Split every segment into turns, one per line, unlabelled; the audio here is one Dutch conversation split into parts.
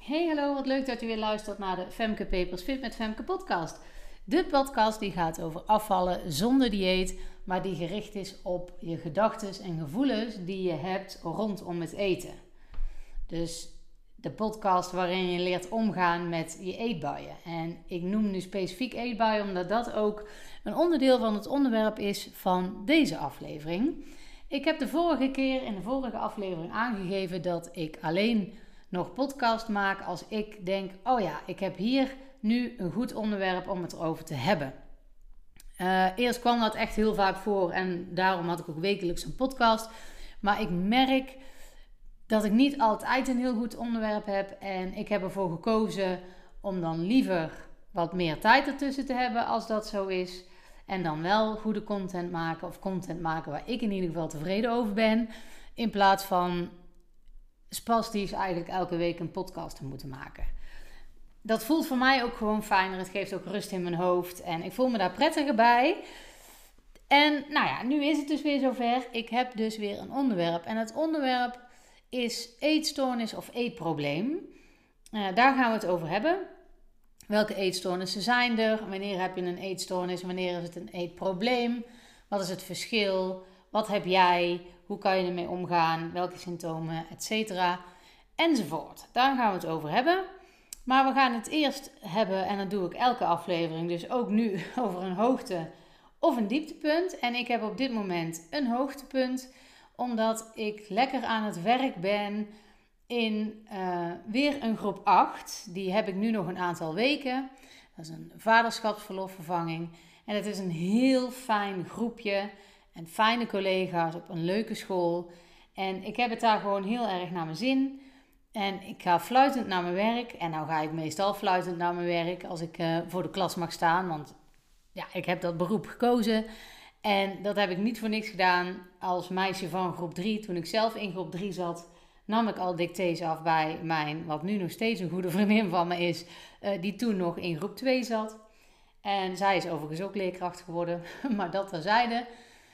Hey, hallo, wat leuk dat je weer luistert naar de Femke Papers Fit met Femke podcast. De podcast die gaat over afvallen zonder dieet, maar die gericht is op je gedachten en gevoelens die je hebt rondom het eten. Dus de podcast waarin je leert omgaan met je eetbuien. En ik noem nu specifiek eetbuien omdat dat ook een onderdeel van het onderwerp is van deze aflevering. Ik heb de vorige keer in de vorige aflevering aangegeven dat ik alleen nog podcast maak als ik denk, oh ja, ik heb hier nu een goed onderwerp om het erover te hebben. Eerst kwam dat echt heel vaak voor en daarom had ik ook wekelijks een podcast. Maar ik merk dat ik niet altijd een heel goed onderwerp heb en ik heb ervoor gekozen om dan liever wat meer tijd ertussen te hebben als dat zo is. En dan wel goede content maken of content maken waar ik in ieder geval tevreden over ben. In plaats van spastisch eigenlijk elke week een podcast te moeten maken. Dat voelt voor mij ook gewoon fijner. Het geeft ook rust in mijn hoofd. En ik voel me daar prettiger bij. En nou ja, nu is het dus weer zover. Ik heb dus weer een onderwerp. En het onderwerp is eetstoornis of eetprobleem. Daar gaan we het over hebben. Welke eetstoornissen zijn er? Wanneer heb je een eetstoornis? Wanneer is het een eetprobleem? Wat is het verschil? Wat heb jij? Hoe kan je ermee omgaan? Welke symptomen? Etcetera. Enzovoort. Daar gaan we het over hebben. Maar we gaan het eerst hebben, en dat doe ik elke aflevering, dus ook nu over een hoogte of een dieptepunt. En ik heb op dit moment een hoogtepunt, omdat ik lekker aan het werk ben in weer een groep 8. Die heb ik nu nog een aantal weken. Dat is een vaderschapsverlofvervanging. En het is een heel fijn groepje en fijne collega's op een leuke school. En ik heb het daar gewoon heel erg naar mijn zin. En ik ga fluitend naar mijn werk. En nou ga ik meestal fluitend naar mijn werk als ik voor de klas mag staan. Want ja, ik heb dat beroep gekozen. En dat heb ik niet voor niks gedaan als meisje van groep 3. Toen ik zelf in groep 3 zat, nam ik al dictées af bij mijn, wat nu nog steeds een goede vriendin van me is, die toen nog in groep 2 zat. En zij is overigens ook leerkracht geworden, maar dat terzijde.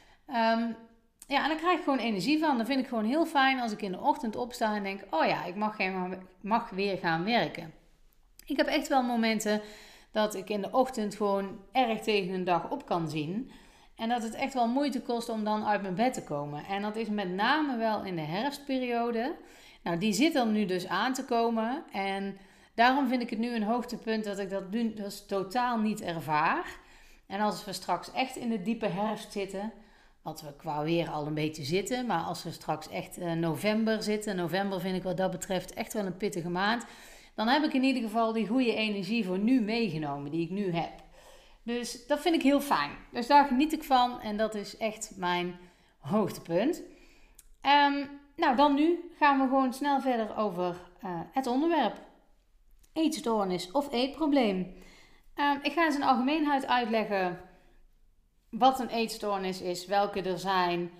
Ja, en daar krijg ik gewoon energie van. Dat vind ik gewoon heel fijn als ik in de ochtend opsta en denk, oh ja, ik mag weer gaan werken. Ik heb echt wel momenten dat ik in de ochtend gewoon erg tegen een dag op kan zien. En dat het echt wel moeite kost om dan uit mijn bed te komen. En dat is met name wel in de herfstperiode. Nou, die zit er nu dus aan te komen. En daarom vind ik het nu een hoogtepunt dat ik dat nu dus totaal niet ervaar. En als we straks echt in de diepe herfst zitten, wat we qua weer al een beetje zitten, maar als we straks echt november zitten, november vind ik wat dat betreft echt wel een pittige maand, dan heb ik in ieder geval die goede energie voor nu meegenomen die ik nu heb. Dus dat vind ik heel fijn. Dus daar geniet ik van en dat is echt mijn hoogtepunt. Nou, dan nu gaan we gewoon snel verder over het onderwerp. Eetstoornis of eetprobleem. Ik ga eens in algemeenheid uitleggen wat een eetstoornis is, welke er zijn,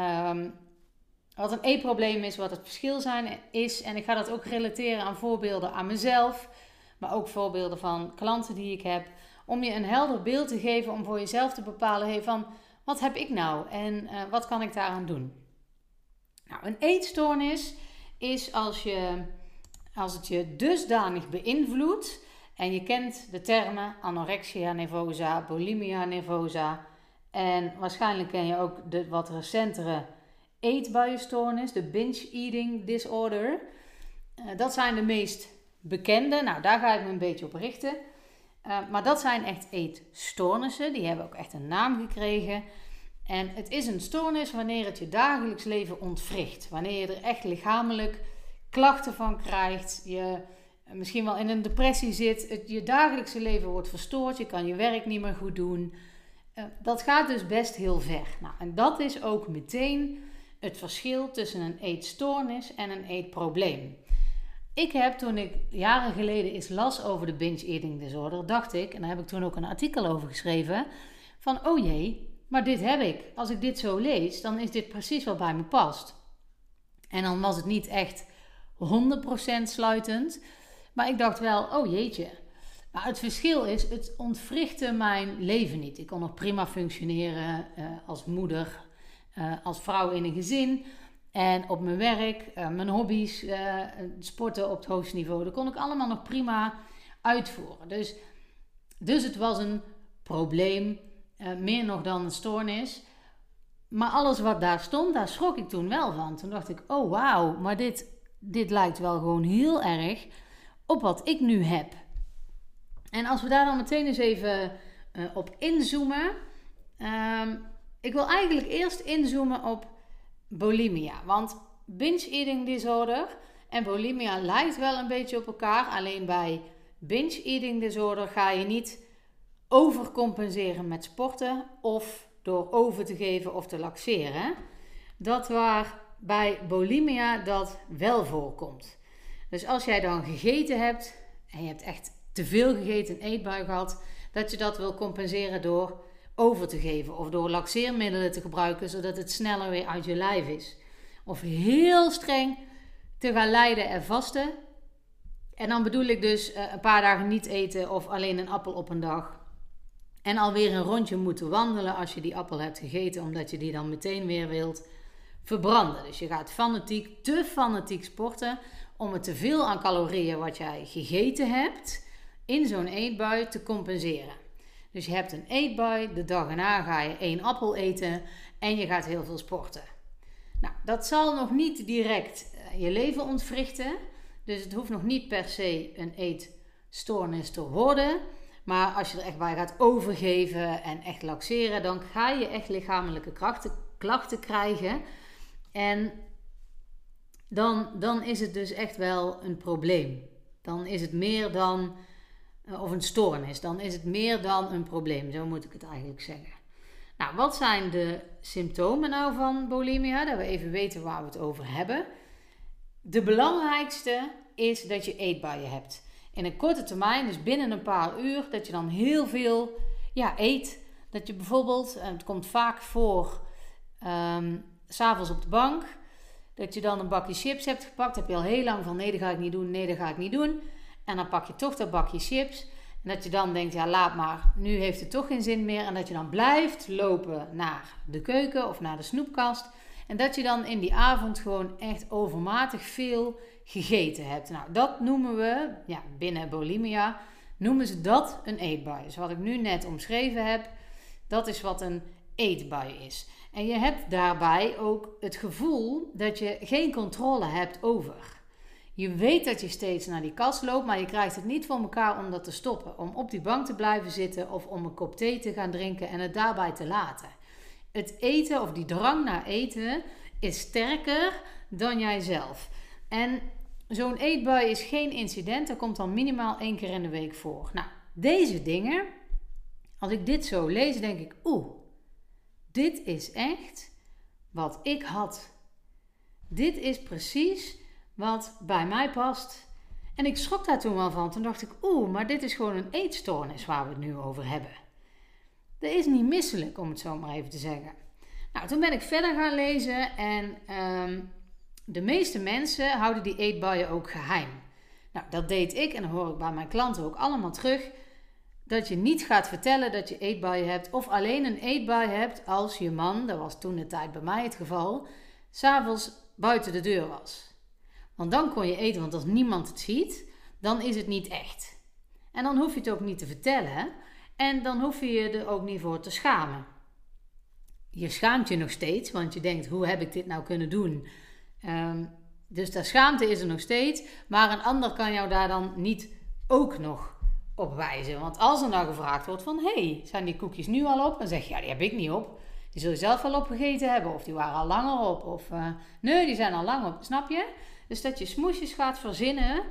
wat een eetprobleem is, wat het verschil is. En ik ga dat ook relateren aan voorbeelden aan mezelf, maar ook voorbeelden van klanten die ik heb. Om je een helder beeld te geven om voor jezelf te bepalen van wat heb ik nou en wat kan ik daaraan doen. Nou, een eetstoornis is als het je dusdanig beïnvloedt. En je kent de termen anorexia nervosa, bulimia nervosa. En waarschijnlijk ken je ook de wat recentere eetbuienstoornis, de binge eating disorder. Dat zijn de meest bekende. Nou, daar ga ik me een beetje op richten. Maar dat zijn echt eetstoornissen. Die hebben ook echt een naam gekregen. En het is een stoornis wanneer het je dagelijks leven ontwricht. Wanneer je er echt lichamelijk klachten van krijgt. Je misschien wel in een depressie zit. Je dagelijkse leven wordt verstoord. Je kan je werk niet meer goed doen. Dat gaat dus best heel ver. Nou, en dat is ook meteen het verschil tussen een eetstoornis en een eetprobleem. Ik heb toen ik jaren geleden eens las over de binge eating disorder, dacht ik, en daar heb ik toen ook een artikel over geschreven, van oh jee, maar dit heb ik. Als ik dit zo lees, dan is dit precies wat bij me past. En dan was het niet echt 100% sluitend, maar ik dacht wel, oh jeetje. Maar het verschil is, het ontwrichtte mijn leven niet. Ik kon nog prima functioneren als moeder, als vrouw in een gezin. En op mijn werk, mijn hobby's, sporten op het hoogste niveau. Dat kon ik allemaal nog prima uitvoeren. Dus het was een probleem, meer nog dan een stoornis. Maar alles wat daar stond, daar schrok ik toen wel van. Toen dacht ik, oh wauw, maar dit lijkt wel gewoon heel erg op wat ik nu heb. En als we daar dan meteen eens even op inzoomen. Ik wil eigenlijk eerst inzoomen op bulimia. Want binge eating disorder en bulimia lijkt wel een beetje op elkaar. Alleen bij binge eating disorder ga je niet overcompenseren met sporten of door over te geven of te laxeren. Dat waar bij bulimia dat wel voorkomt. Dus als jij dan gegeten hebt en je hebt echt te veel gegeten, een eetbui gehad, dat je dat wil compenseren door over te geven of door laxeermiddelen te gebruiken, zodat het sneller weer uit je lijf is. Of heel streng te gaan lijden en vasten. En dan bedoel ik dus een paar dagen niet eten of alleen een appel op een dag. En alweer een rondje moeten wandelen als je die appel hebt gegeten, omdat je die dan meteen weer wilt verbranden. Dus je gaat te fanatiek sporten om het te veel aan calorieën wat jij gegeten hebt in zo'n eetbui te compenseren. Dus je hebt een eetbui, de dag erna ga je 1 appel eten en je gaat heel veel sporten. Nou, dat zal nog niet direct je leven ontwrichten. Dus het hoeft nog niet per se een eetstoornis te worden. Maar als je er echt bij gaat overgeven en echt laxeren, dan ga je echt lichamelijke klachten krijgen. En dan is het dus echt wel een probleem. Dan is het meer dan, of een stoornis, dan is het meer dan een probleem. Zo moet ik het eigenlijk zeggen. Nou, wat zijn de symptomen nou van bulimia? Dat we even weten waar we het over hebben. De belangrijkste is dat je eetbuien hebt. In een korte termijn, dus binnen een paar uur, dat je dan heel veel eet. Dat je bijvoorbeeld, het komt vaak voor, 's avonds op de bank, dat je dan een bakje chips hebt gepakt. Heb je al heel lang van nee, dat ga ik niet doen, nee, dat ga ik niet doen. En dan pak je toch dat bakje chips. En dat je dan denkt, ja laat maar, nu heeft het toch geen zin meer. En dat je dan blijft lopen naar de keuken of naar de snoepkast. En dat je dan in die avond gewoon echt overmatig veel gegeten hebt. Nou, dat noemen we, binnen bulimia, noemen ze dat een eetbui. Dus wat ik nu net omschreven heb, dat is wat een eetbui is. En je hebt daarbij ook het gevoel dat je geen controle hebt over. Je weet dat je steeds naar die kast loopt, maar je krijgt het niet voor elkaar om dat te stoppen. Om op die bank te blijven zitten of om een kop thee te gaan drinken en het daarbij te laten. Het eten of die drang naar eten is sterker dan jijzelf. En zo'n eetbui is geen incident, dat komt dan minimaal 1 keer in de week voor. Nou, deze dingen, als ik dit zo lees, denk ik, dit is echt wat ik had. Dit is precies wat bij mij past. En ik schrok daar toen wel van. Toen dacht ik, maar dit is gewoon een eetstoornis waar we het nu over hebben. Dat is niet misselijk, om het zo maar even te zeggen. Nou, toen ben ik verder gaan lezen en de meeste mensen houden die eetbuien ook geheim. Nou, dat deed ik en dat hoor ik bij mijn klanten ook allemaal terug. Dat je niet gaat vertellen dat je eetbuien hebt of alleen een eetbui hebt als je man, dat was toen de tijd bij mij het geval, 's avonds buiten de deur was. Want dan kon je eten, want als niemand het ziet, dan is het niet echt. En dan hoef je het ook niet te vertellen en dan hoef je je er ook niet voor te schamen. Je schaamt je nog steeds, want je denkt, hoe heb ik dit nou kunnen doen? Dus de schaamte is er nog steeds, maar een ander kan jou daar dan niet ook nog op wijzen. Want als er nou gevraagd wordt van, zijn die koekjes nu al op? Dan zeg je, die heb ik niet op. Die zul je zelf wel opgegeten hebben, of die waren al langer op. Of nee, die zijn al lang op, snap je? Dus dat je smoesjes gaat verzinnen,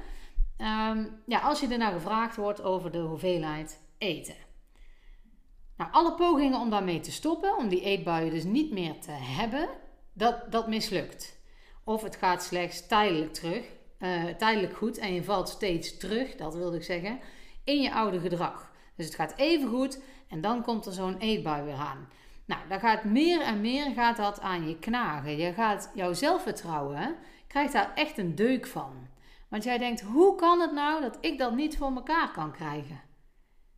als je er nou gevraagd wordt over de hoeveelheid eten. Nou, alle pogingen om daarmee te stoppen, om die eetbuien dus niet meer te hebben, dat mislukt. Of het gaat slechts tijdelijk goed en je valt steeds terug, dat wilde ik zeggen, in je oude gedrag. Dus het gaat even goed en dan komt er zo'n eetbui weer aan. Nou, dan gaat meer en meer gaat dat aan je knagen. Je gaat jouw zelfvertrouwen, krijgt daar echt een deuk van. Want jij denkt, hoe kan het nou dat ik dat niet voor elkaar kan krijgen?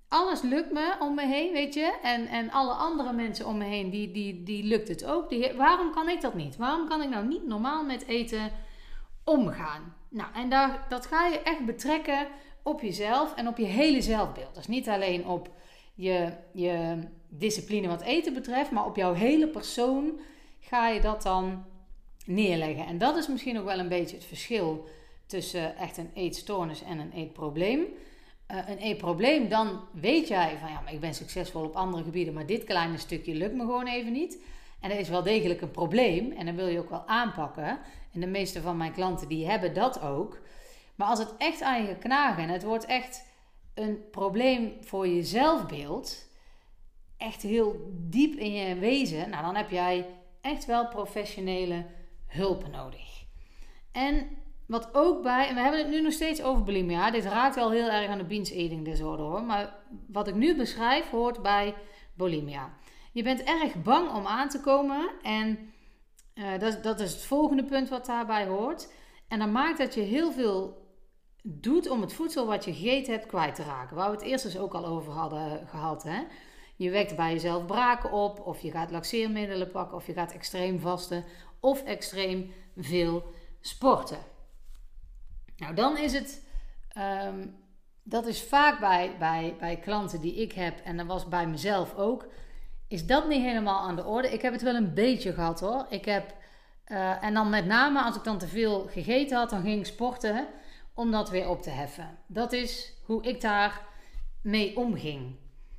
alles lukt me om me heen, weet je. En alle andere mensen om me heen, die lukt het ook. Waarom kan ik dat niet? Waarom kan ik nou niet normaal met eten omgaan? Nou, en dat ga je echt betrekken op jezelf en op je hele zelfbeeld. Dus niet alleen op je discipline wat eten betreft, maar op jouw hele persoon ga je dat dan neerleggen. En dat is misschien ook wel een beetje het verschil tussen echt een eetstoornis en een eetprobleem. Een eetprobleem, dan weet jij van ja, maar ik ben succesvol op andere gebieden, maar dit kleine stukje lukt me gewoon even niet. En dat is wel degelijk een probleem en dat wil je ook wel aanpakken. En de meeste van mijn klanten die hebben dat ook. Maar als het echt aan je gaat knagen en het wordt echt een probleem voor je zelfbeeld, echt heel diep in je wezen, nou dan heb jij echt wel professionele hulp nodig. En wat ook bij, en we hebben het nu nog steeds over bulimia, dit raakt wel heel erg aan de binge eating disorder hoor, maar wat ik nu beschrijf hoort bij bulimia. Je bent erg bang om aan te komen en dat is het volgende punt wat daarbij hoort. En dat maakt dat je heel veel doet om het voedsel wat je gegeten hebt kwijt te raken. Waar we het eerst dus ook al over hadden gehad. Hè? Je wekt bij jezelf braken op, of je gaat laxeermiddelen pakken, of je gaat extreem vasten, of extreem veel sporten. Nou, dan is het, dat is vaak bij klanten die ik heb, en dat was bij mezelf ook, is dat niet helemaal aan de orde. Ik heb het wel een beetje gehad hoor. En dan met name als ik dan te veel gegeten had, dan ging ik sporten om dat weer op te heffen. Dat is hoe ik daar mee omging.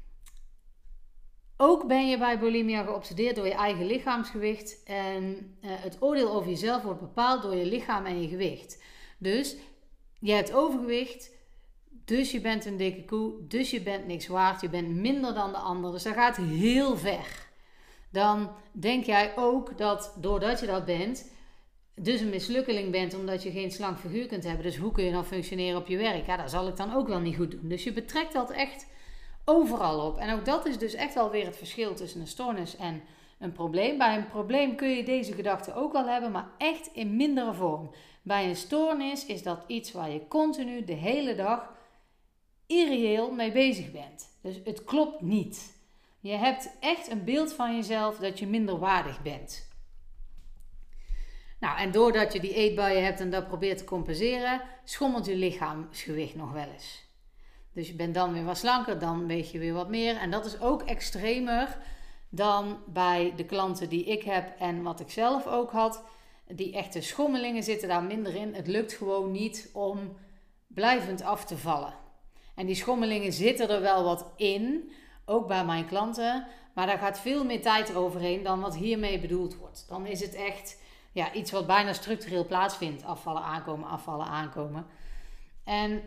Ook ben je bij bulimia geobsedeerd door je eigen lichaamsgewicht. En het oordeel over jezelf wordt bepaald door je lichaam en je gewicht. Dus je hebt overgewicht, dus je bent een dikke koe, dus je bent niks waard, je bent minder dan de ander. Dus dat gaat heel ver. Dan denk jij ook dat doordat je dat bent, dus een mislukkeling bent omdat je geen slank figuur kunt hebben. Dus hoe kun je dan functioneren op je werk? Ja, dat zal ik dan ook wel niet goed doen. Dus je betrekt dat echt overal op. En ook dat is dus echt wel weer het verschil tussen een stoornis en een probleem. Bij een probleem kun je deze gedachten ook wel hebben, maar echt in mindere vorm. Bij een stoornis is dat iets waar je continu de hele dag irreëel mee bezig bent. Dus het klopt niet. Je hebt echt een beeld van jezelf dat je minder waardig bent. Nou, en doordat je die eetbuien hebt en dat probeert te compenseren, schommelt je lichaamsgewicht nog wel eens. Dus je bent dan weer wat slanker, dan weeg je weer wat meer. En dat is ook extremer dan bij de klanten die ik heb en wat ik zelf ook had. Die echte schommelingen zitten daar minder in. Het lukt gewoon niet om blijvend af te vallen. En die schommelingen zitten er wel wat in, ook bij mijn klanten. Maar daar gaat veel meer tijd overheen dan wat hiermee bedoeld wordt. Dan is het echt iets wat bijna structureel plaatsvindt. Afvallen, aankomen. En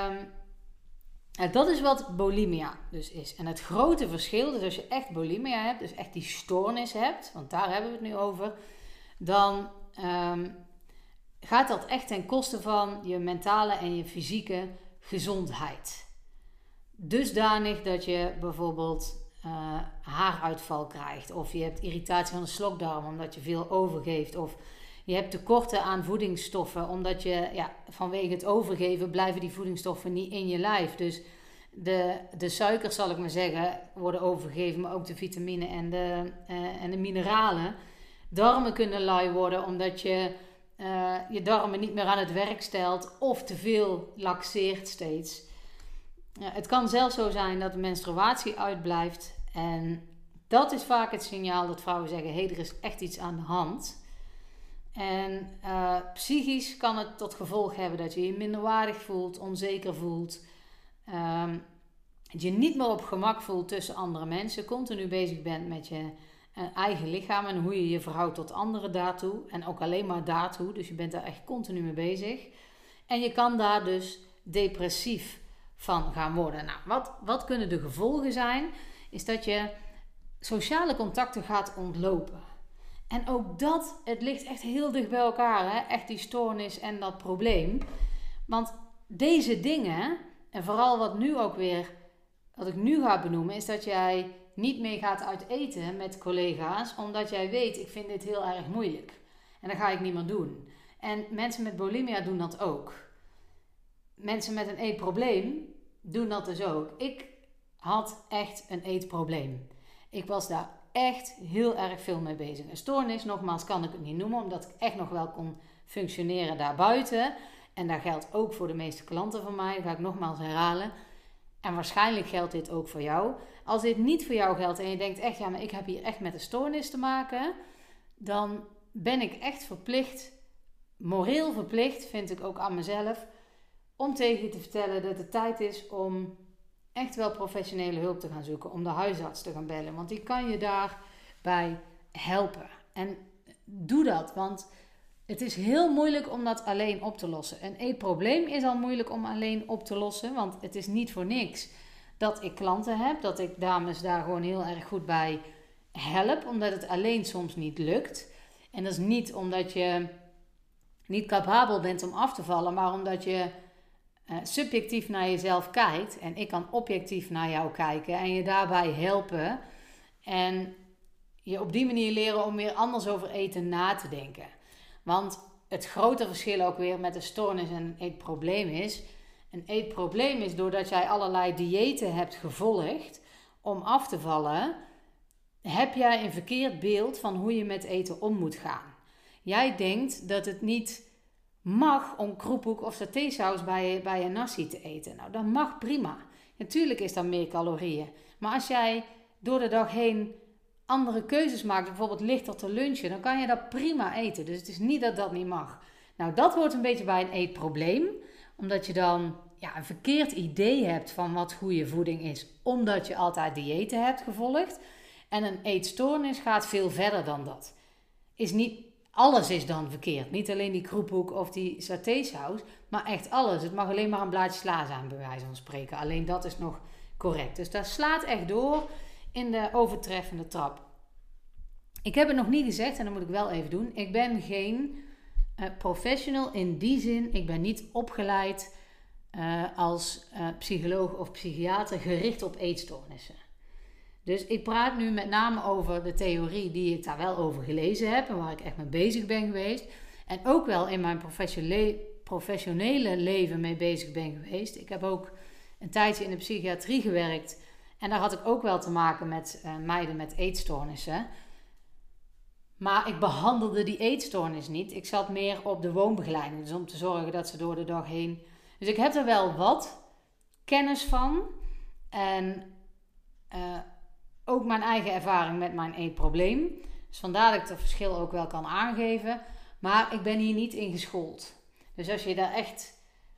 dat is wat bulimia dus is. En het grote verschil, dus als je echt bulimia hebt, dus echt die stoornis hebt, want daar hebben we het nu over, dan gaat dat echt ten koste van je mentale en je fysieke gezondheid. Dusdanig dat je bijvoorbeeld haaruitval krijgt, of je hebt irritatie van de slokdarm omdat je veel overgeeft, of je hebt tekorten aan voedingsstoffen omdat je vanwege het overgeven blijven die voedingsstoffen niet in je lijf. Dus de suikers, zal ik maar zeggen, worden overgegeven, maar ook de vitamine en de mineralen. Darmen kunnen lui worden omdat je je darmen niet meer aan het werk stelt of te veel laxeert steeds. Het kan zelfs zo zijn dat de menstruatie uitblijft. En dat is vaak het signaal dat vrouwen zeggen, er is echt iets aan de hand. En psychisch kan het tot gevolg hebben dat je je minder waardig voelt, onzeker voelt. Je niet meer op gemak voelt tussen andere mensen. Continu bezig bent met je eigen lichaam en hoe je je verhoudt tot anderen daartoe. En ook alleen maar daartoe. Dus je bent daar echt continu mee bezig. En je kan daar dus depressief van gaan worden. Nou, wat kunnen de gevolgen zijn? Is dat je sociale contacten gaat ontlopen. En ook dat, het ligt echt heel dicht bij elkaar. Hè? Echt die stoornis en dat probleem. Want deze dingen, en vooral wat ik nu ga benoemen, is dat jij niet meer gaat uit eten met collega's, omdat jij weet, ik vind dit heel erg moeilijk. En dat ga ik niet meer doen. En mensen met bulimia doen dat ook. Mensen met een eetprobleem doen dat dus ook. had echt een eetprobleem. Ik was daar echt heel erg veel mee bezig. Een stoornis, nogmaals, kan ik het niet noemen, omdat ik echt nog wel kon functioneren daarbuiten. En dat geldt ook voor de meeste klanten van mij. Dat ga ik nogmaals herhalen. En waarschijnlijk geldt dit ook voor jou. Als dit niet voor jou geldt en je denkt echt, ja, maar ik heb hier echt met een stoornis te maken, dan ben ik echt verplicht, moreel verplicht, vind ik ook aan mezelf, om tegen je te vertellen dat het tijd is om echt wel professionele hulp te gaan zoeken. Om de huisarts te gaan bellen. Want die kan je daarbij helpen. En doe dat, want het is heel moeilijk om dat alleen op te lossen. Een eetprobleem is al moeilijk om alleen op te lossen, want het is niet voor niks dat ik klanten heb, dat ik dames daar gewoon heel erg goed bij help, omdat het alleen soms niet lukt. En dat is niet omdat je niet capabel bent om af te vallen, maar omdat je subjectief naar jezelf kijkt en ik kan objectief naar jou kijken en je daarbij helpen en je op die manier leren om weer anders over eten na te denken. Want het grote verschil ook weer met een stoornis en een eetprobleem is, een eetprobleem is doordat jij allerlei diëten hebt gevolgd om af te vallen, heb jij een verkeerd beeld van hoe je met eten om moet gaan. Jij denkt dat het niet mag om kroephoek of satésaus bij je nasi te eten. Nou, dat mag prima. Natuurlijk is dat meer calorieën. Maar als jij door de dag heen andere keuzes maakt, bijvoorbeeld lichter te lunchen, dan kan je dat prima eten. Dus het is niet dat dat niet mag. Nou, dat hoort een beetje bij een eetprobleem. Omdat je dan een verkeerd idee hebt van wat goede voeding is. Omdat je altijd diëten hebt gevolgd. En een eetstoornis gaat veel verder dan dat. Alles is dan verkeerd. Niet alleen die kroephoek of die satésaus, maar echt alles. Het mag alleen maar een blaadje sla zijn, bij wijze van spreken. Alleen dat is nog correct. Dus dat slaat echt door in de overtreffende trap. Ik heb het nog niet gezegd en dat moet ik wel even doen. Ik ben geen professional in die zin. Ik ben niet opgeleid als psycholoog of psychiater gericht op eetstoornissen. Dus ik praat nu met name over de theorie die ik daar wel over gelezen heb en waar ik echt mee bezig ben geweest. En ook wel in mijn professionele leven mee bezig ben geweest. Ik heb ook een tijdje in de psychiatrie gewerkt. En daar had ik ook wel te maken met meiden met eetstoornissen. Maar ik behandelde die eetstoornis niet. Ik zat meer op de woonbegeleiding. Dus om te zorgen dat ze door de dag heen... Dus ik heb er wel wat kennis van. En ook mijn eigen ervaring met mijn eetprobleem. Dus vandaar dat ik het verschil ook wel kan aangeven. Maar ik ben hier niet in geschoold. Dus als je daar echt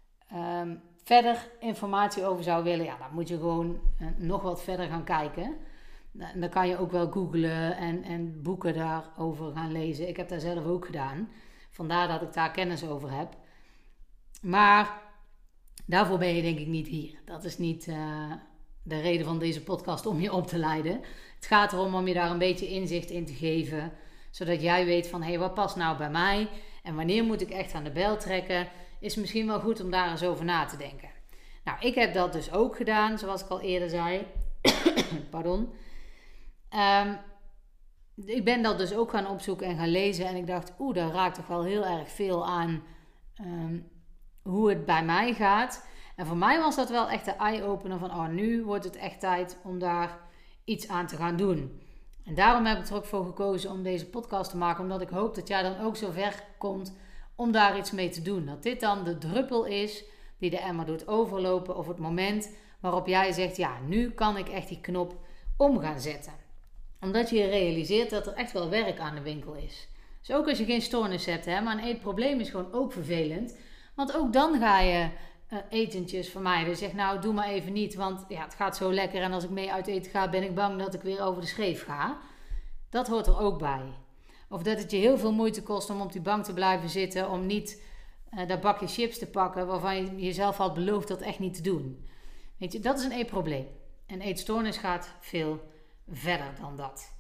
verder informatie over zou willen, dan moet je gewoon nog wat verder gaan kijken. En dan kan je ook wel googlen en boeken daarover gaan lezen. Ik heb dat zelf ook gedaan. Vandaar dat ik daar kennis over heb. Maar daarvoor ben je denk ik niet hier. Dat is niet de reden van deze podcast om je op te leiden. Het gaat erom om je daar een beetje inzicht in te geven. Zodat jij weet van, wat past nou bij mij? En wanneer moet ik echt aan de bel trekken? Is misschien wel goed om daar eens over na te denken. Nou, ik heb dat dus ook gedaan, zoals ik al eerder zei. Pardon. Ik ben dat dus ook gaan opzoeken en gaan lezen. En ik dacht, daar raakt toch wel heel erg veel aan hoe het bij mij gaat. En voor mij was dat wel echt de eye-opener van, nu wordt het echt tijd om daar iets aan te gaan doen. En daarom heb ik er ook voor gekozen om deze podcast te maken. Omdat ik hoop dat jij dan ook zo ver komt om daar iets mee te doen. Dat dit dan de druppel is die de emmer doet overlopen. Of het moment waarop jij zegt, nu kan ik echt die knop om gaan zetten. Omdat je realiseert dat er echt wel werk aan de winkel is. Dus ook als je geen stoornis hebt, maar een eetprobleem is gewoon ook vervelend. Want ook dan ga je etentjes vermijden. Zeg doe maar even niet, want het gaat zo lekker. En als ik mee uit eten ga, ben ik bang dat ik weer over de schreef ga. Dat hoort er ook bij. Of dat het je heel veel moeite kost om op die bank te blijven zitten. Om niet dat bakje chips te pakken waarvan je jezelf had beloofd dat echt niet te doen. Weet je, dat is een eetprobleem. En eetstoornis gaat veel verder dan dat.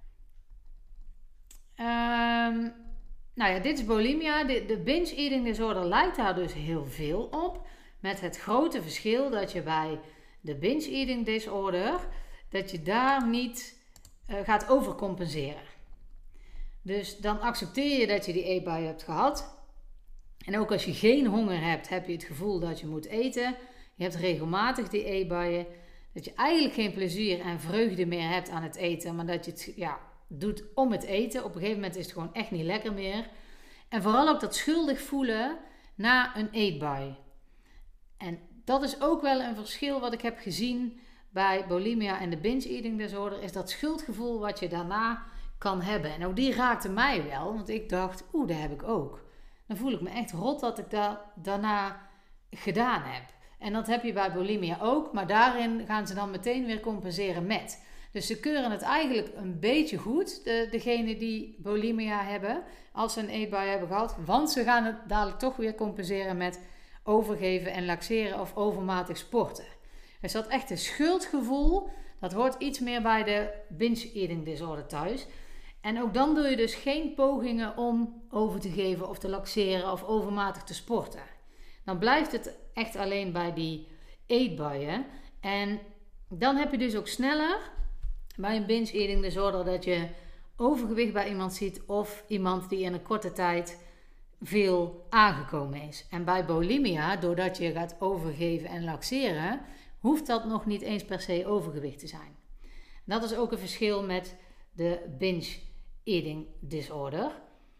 Dit is bulimia. De binge eating disorder lijkt daar dus heel veel op. Met het grote verschil dat je bij de binge eating disorder, dat je daar niet gaat overcompenseren. Dus dan accepteer je dat je die eetbui hebt gehad. En ook als je geen honger hebt, heb je het gevoel dat je moet eten. Je hebt regelmatig die eetbuien. Dat je eigenlijk geen plezier en vreugde meer hebt aan het eten. Maar dat je het doet om het eten. Op een gegeven moment is het gewoon echt niet lekker meer. En vooral ook dat schuldig voelen na een eetbui. En dat is ook wel een verschil wat ik heb gezien bij bulimia en de binge eating disorder. Is dat schuldgevoel wat je daarna kan hebben. En ook die raakte mij wel. Want ik dacht, dat heb ik ook. Dan voel ik me echt rot dat ik dat daarna gedaan heb. En dat heb je bij bulimia ook. Maar daarin gaan ze dan meteen weer compenseren met. Dus ze keuren het eigenlijk een beetje goed. Degene die bulimia hebben. Als ze een eetbui hebben gehad. Want ze gaan het dadelijk toch weer compenseren met overgeven en laxeren of overmatig sporten. Dus dat echte schuldgevoel, dat hoort iets meer bij de binge eating disorder thuis. En ook dan doe je dus geen pogingen om over te geven of te laxeren of overmatig te sporten. Dan blijft het echt alleen bij die eetbuien. En dan heb je dus ook sneller bij een binge eating disorder dat je overgewicht bij iemand ziet of iemand die in een korte tijd veel aangekomen is. En bij bulimia, doordat je gaat overgeven en laxeren, hoeft dat nog niet eens per se overgewicht te zijn. Dat is ook een verschil met de binge eating disorder.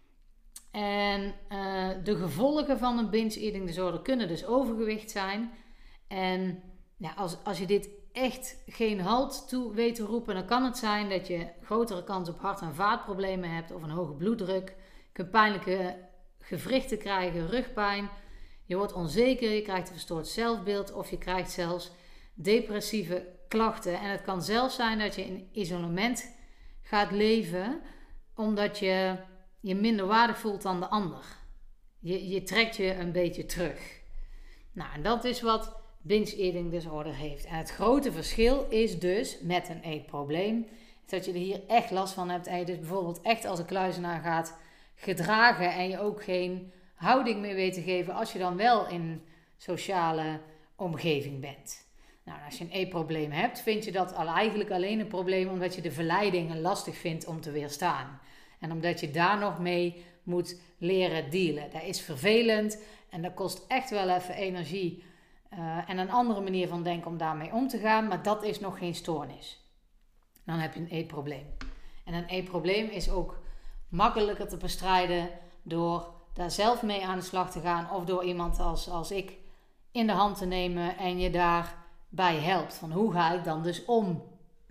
En de gevolgen van een binge eating disorder kunnen dus overgewicht zijn. En als je dit echt geen halt toe weet te roepen, dan kan het zijn dat je grotere kans op hart- en vaatproblemen hebt of een hoge bloeddruk. Je kunt pijnlijke gewrichten krijgen, rugpijn. Je wordt onzeker, je krijgt een verstoord zelfbeeld of je krijgt zelfs depressieve klachten. En het kan zelfs zijn dat je in isolement gaat leven omdat je je minder waardig voelt dan de ander. Je trekt je een beetje terug. Nou, en dat is wat binge eating disorder heeft. En het grote verschil is dus met een eetprobleem, dat je er hier echt last van hebt en je dus bijvoorbeeld echt als een kluizenaar gaat gedragen en je ook geen houding meer weet te geven als je dan wel in een sociale omgeving bent. Nou, als je een eetprobleem hebt, vind je dat eigenlijk alleen een probleem omdat je de verleidingen lastig vindt om te weerstaan. En omdat je daar nog mee moet leren dealen. Dat is vervelend en dat kost echt wel even energie en een andere manier van denken om daarmee om te gaan. Maar dat is nog geen stoornis. Dan heb je een eetprobleem. En een eetprobleem is ook makkelijker te bestrijden door daar zelf mee aan de slag te gaan. Of door iemand als ik in de hand te nemen en je daarbij helpt. Van hoe ga ik dan dus om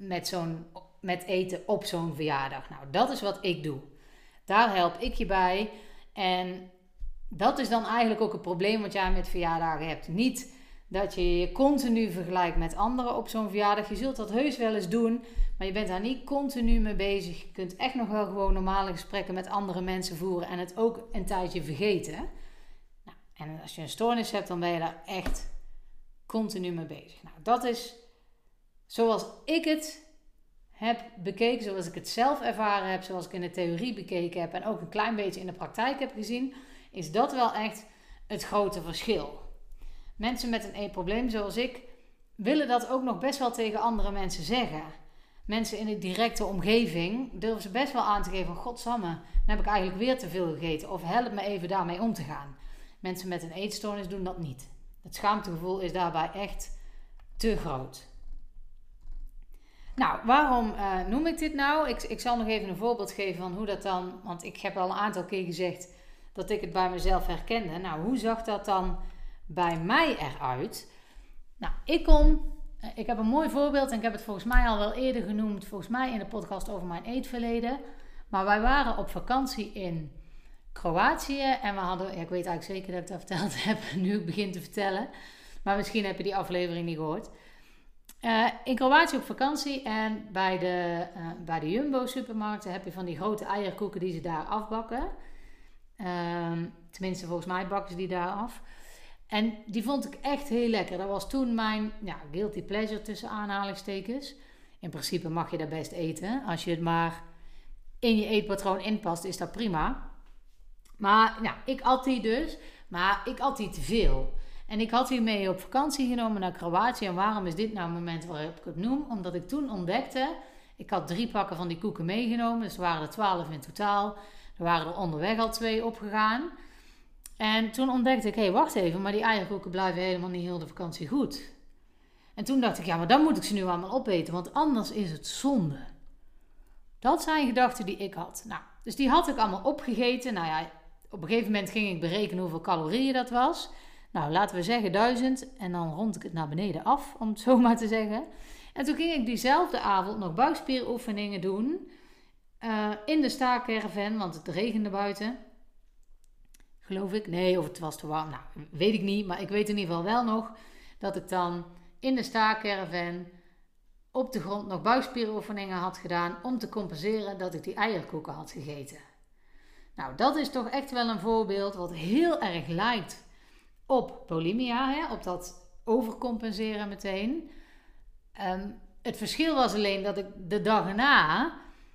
met eten op zo'n verjaardag. Nou, dat is wat ik doe. Daar help ik je bij. En dat is dan eigenlijk ook het probleem wat jij met verjaardagen hebt. Niet dat je je continu vergelijkt met anderen op zo'n verjaardag. Je zult dat heus wel eens doen, maar je bent daar niet continu mee bezig. Je kunt echt nog wel gewoon normale gesprekken met andere mensen voeren en het ook een tijdje vergeten. Nou, en als je een stoornis hebt, dan ben je daar echt continu mee bezig. Nou, dat is zoals ik het heb bekeken, zoals ik het zelf ervaren heb, zoals ik in de theorie bekeken heb en ook een klein beetje in de praktijk heb gezien, is dat wel echt het grote verschil. Mensen met een eetprobleem zoals ik willen dat ook nog best wel tegen andere mensen zeggen. Mensen in de directe omgeving durven ze best wel aan te geven van godsamme, dan heb ik eigenlijk weer te veel gegeten of help me even daarmee om te gaan. Mensen met een eetstoornis doen dat niet. Het schaamtegevoel is daarbij echt te groot. Nou, waarom noem ik dit nou? Ik zal nog even een voorbeeld geven van hoe dat dan, want ik heb al een aantal keer gezegd dat ik het bij mezelf herkende. Nou, hoe zag dat dan bij mij eruit? Nou, ik heb een mooi voorbeeld en ik heb het volgens mij al wel eerder genoemd, volgens mij in de podcast over mijn eetverleden. Maar wij waren op vakantie in Kroatië en we hadden, ik weet eigenlijk zeker dat ik dat verteld heb, nu ik begin te vertellen. Maar misschien heb je die aflevering niet gehoord. In Kroatië op vakantie en bij de Jumbo supermarkten heb je van die grote eierkoeken die ze daar afbakken. Tenminste, volgens mij bakken ze die daar af. En die vond ik echt heel lekker. Dat was toen mijn guilty pleasure tussen aanhalingstekens. In principe mag je dat best eten. Als je het maar in je eetpatroon inpast, is dat prima. Maar ik at die dus. Maar ik at die te veel. En ik had die mee op vakantie genomen naar Kroatië. En waarom is dit nou het moment waarop ik het noem? Omdat ik toen ontdekte, ik had 3 pakken van die koeken meegenomen. Dus er waren er 12 in totaal. Er waren er onderweg al 2 opgegaan. En toen ontdekte ik, wacht even, maar die eierkoeken blijven helemaal niet heel de vakantie goed. En toen dacht ik, ja, maar dan moet ik ze nu allemaal opeten, want anders is het zonde. Dat zijn gedachten die ik had. Nou, dus die had ik allemaal opgegeten. Nou ja, op een gegeven moment ging ik berekenen hoeveel calorieën dat was. Nou, laten we zeggen 1000 en dan rond ik het naar beneden af, om het zo maar te zeggen. En toen ging ik diezelfde avond nog buikspieroefeningen doen in de staakerven, want het regende buiten. Geloof ik. Nee, of het was te warm. Nou, weet ik niet, maar ik weet in ieder geval wel nog dat ik dan in de staakerven op de grond nog buikspieroefeningen had gedaan om te compenseren dat ik die eierkoeken had gegeten. Nou, dat is toch echt wel een voorbeeld wat heel erg lijkt op bulimia, hè? Op dat overcompenseren meteen. Het verschil was alleen dat ik de dag erna,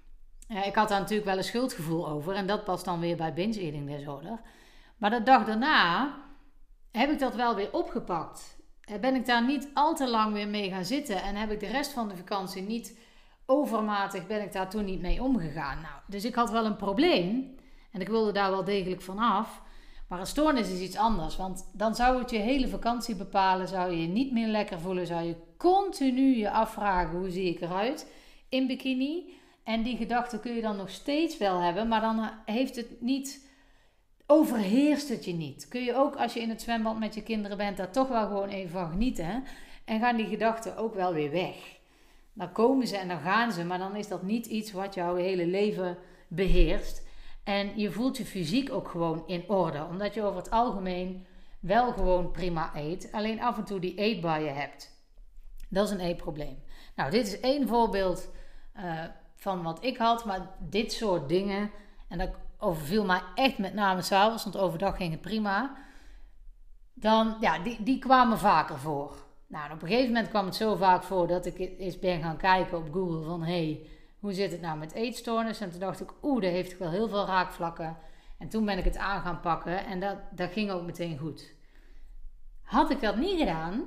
ik had daar natuurlijk wel een schuldgevoel over en dat past dan weer bij binge eating disorder. Maar de dag daarna heb ik dat wel weer opgepakt. Ben ik daar niet al te lang weer mee gaan zitten en heb ik de rest van de vakantie niet overmatig, ben ik daar toen niet mee omgegaan. Nou, dus ik had wel een probleem en ik wilde daar wel degelijk van af. Maar een stoornis is iets anders, want dan zou het je hele vakantie bepalen, zou je je niet meer lekker voelen, zou je continu je afvragen hoe zie ik eruit in bikini. En die gedachte kun je dan nog steeds wel hebben, maar dan heeft het niet, overheerst het je niet. Kun je ook als je in het zwembad met je kinderen bent, daar toch wel gewoon even van genieten. Hè? En gaan die gedachten ook wel weer weg. Dan komen ze en dan gaan ze, maar dan is dat niet iets wat jouw hele leven beheerst. En je voelt je fysiek ook gewoon in orde. Omdat je over het algemeen wel gewoon prima eet. Alleen af en toe die eetbuien hebt. Dat is een eetprobleem. Nou, dit is één voorbeeld van wat ik had. Maar dit soort dingen, en dat overviel mij echt met name 's avonds, want overdag ging het prima. Dan, ja, die kwamen vaker voor. Nou, op een gegeven moment kwam het zo vaak voor dat ik eens ben gaan kijken op Google van hoe zit het nou met eetstoornis? En toen dacht ik, dat heeft wel heel veel raakvlakken. En toen ben ik het aan gaan pakken en dat ging ook meteen goed. Had ik dat niet gedaan,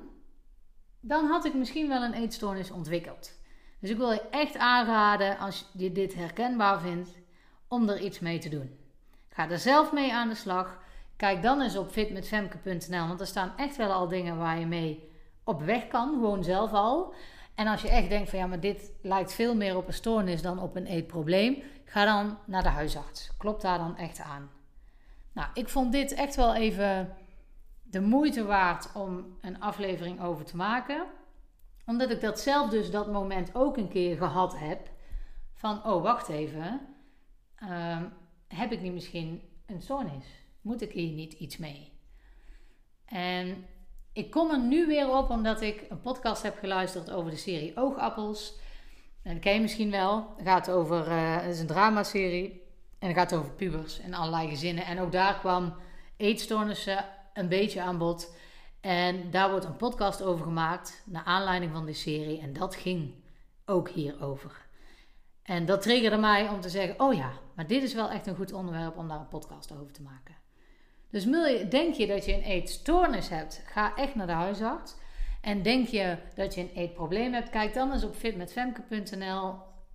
dan had ik misschien wel een eetstoornis ontwikkeld. Dus ik wil je echt aanraden, als je dit herkenbaar vindt, om er iets mee te doen. Ga er zelf mee aan de slag. Kijk dan eens op fitmetfemke.nl, want er staan echt wel al dingen waar je mee op weg kan, gewoon zelf al. En als je echt denkt van ja, maar dit lijkt veel meer op een stoornis dan op een eetprobleem, ga dan naar de huisarts. Klopt daar dan echt aan. Nou, ik vond dit echt wel even de moeite waard om een aflevering over te maken. Omdat ik dat zelf dus dat moment ook een keer gehad heb. Van, wacht even. Heb ik niet misschien een stoornis? Moet ik hier niet iets mee? En ik kom er nu weer op omdat ik een podcast heb geluisterd over de serie Oogappels. En dat ken je misschien wel. Het gaat over, het is een dramaserie. En het gaat over pubers en allerlei gezinnen. En ook daar kwam eetstoornissen een beetje aan bod. En daar wordt een podcast over gemaakt naar aanleiding van die serie. En dat ging ook hierover. En dat triggerde mij om te zeggen, maar dit is wel echt een goed onderwerp om daar een podcast over te maken. Dus denk je dat je een eetstoornis hebt, ga echt naar de huisarts. En denk je dat je een eetprobleem hebt, kijk dan eens op fitmetfemke.nl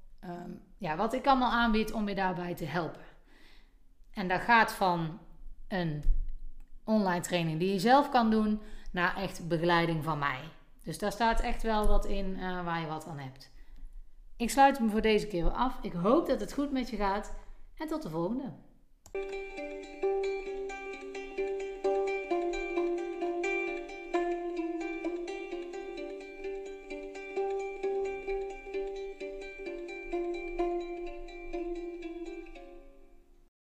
wat ik allemaal aanbied om je daarbij te helpen. En dat gaat van een online training die je zelf kan doen, naar echt begeleiding van mij. Dus daar staat echt wel wat in waar je wat aan hebt. Ik sluit me voor deze keer weer af. Ik hoop dat het goed met je gaat. En tot de volgende.